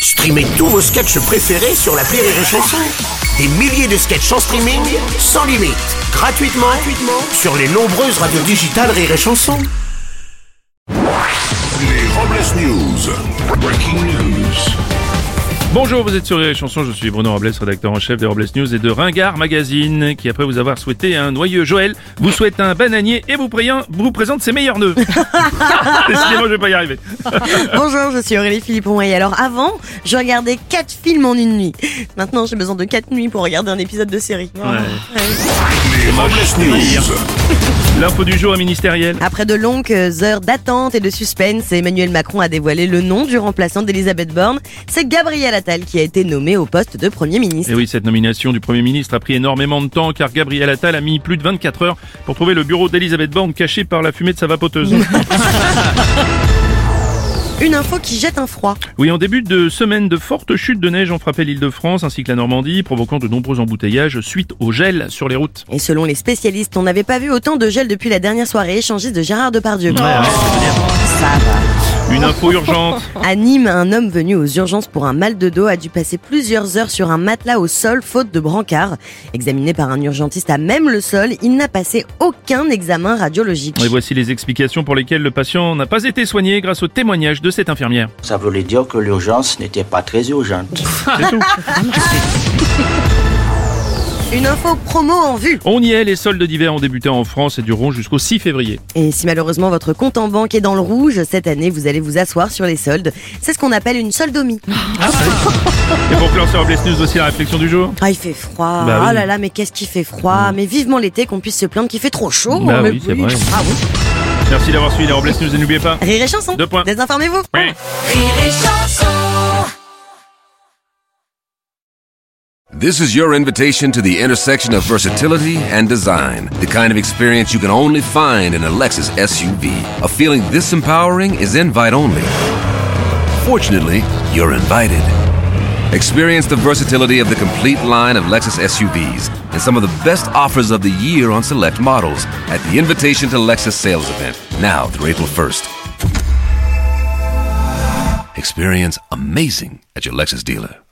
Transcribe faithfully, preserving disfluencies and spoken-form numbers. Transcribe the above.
Streamez tous vos sketchs préférés sur l'appli Rire et Chanson. Des milliers de sketchs en streaming, sans limite, gratuitement, gratuitement sur les nombreuses radios digitales Rire et Chanson. Les Robles News. Breaking news. Bonjour, vous êtes sur Rire et Chanson, je suis Bruno Robles, rédacteur en chef des Robles News et de Ringard Magazine, qui après vous avoir souhaité un noyeux Joël, vous souhaite un bananier et vous, priant, vous présente ses meilleurs nœuds. Excusez-moi, je vais pas y arriver. Bonjour, je suis Aurélie Philippon et alors avant, je regardais quatre films en une nuit. Maintenant, j'ai besoin de quatre nuits pour regarder un épisode de série. Ouais. Ouais. Les Robles News. L'info du jour est ministérielle. Après de longues heures d'attente et de suspense, Emmanuel Macron a dévoilé le nom du remplaçant d'Elisabeth Borne. C'est Gabriel Attal qui a été nommé au poste de Premier ministre. Et oui, cette nomination du Premier ministre a pris énormément de temps car Gabriel Attal a mis plus de vingt-quatre heures pour trouver le bureau d'Elisabeth Borne caché par la fumée de sa vapoteuse. Une info qui jette un froid. Oui, en début de semaine, de fortes chutes de neige ont frappé l'Île-de-France ainsi que la Normandie, provoquant de nombreux embouteillages suite au gel sur les routes. Et selon les spécialistes, on n'avait pas vu autant de gel depuis la dernière soirée échangiste de Gérard Depardieu. Ouais, ouais, Ça va. Une info urgente. À Nîmes, un homme venu aux urgences pour un mal de dos a dû passer plusieurs heures sur un matelas au sol faute de brancard. Examiné par un urgentiste à même le sol, il n'a passé aucun examen radiologique. Et voici les explications pour lesquelles le patient n'a pas été soigné grâce au témoignage de cette infirmière. Ça voulait dire que l'urgence n'était pas très urgente. C'est tout. Une info promo en vue. On y est, les soldes d'hiver ont débuté en France et dureront jusqu'au six février. Et si malheureusement votre compte en banque est dans le rouge, cette année vous allez vous asseoir sur les soldes. C'est ce qu'on appelle une soldomie. Et pour clore sur Robles News, voici la réflexion du jour. Ah, il fait froid. Bah oui. Oh là là, mais qu'est-ce qu'il fait froid. Mais vivement l'été qu'on puisse se plaindre qu'il fait trop chaud. Bah Mais oui, c'est vrai. Ah oui. Merci d'avoir suivi les Robles News et n'oubliez pas... Rire et Chanson. Deux points. Désinformez-vous. Oui. Rire et Chanson. This is your invitation to the intersection of versatility and design. The kind of experience you can only find in a Lexus S U V. A feeling this empowering is invite only. Fortunately, you're invited. Experience the versatility of the complete line of Lexus S U Vs and some of the best offers of the year on select models at the Invitation to Lexus sales event, now through April first. Experience amazing at your Lexus dealer.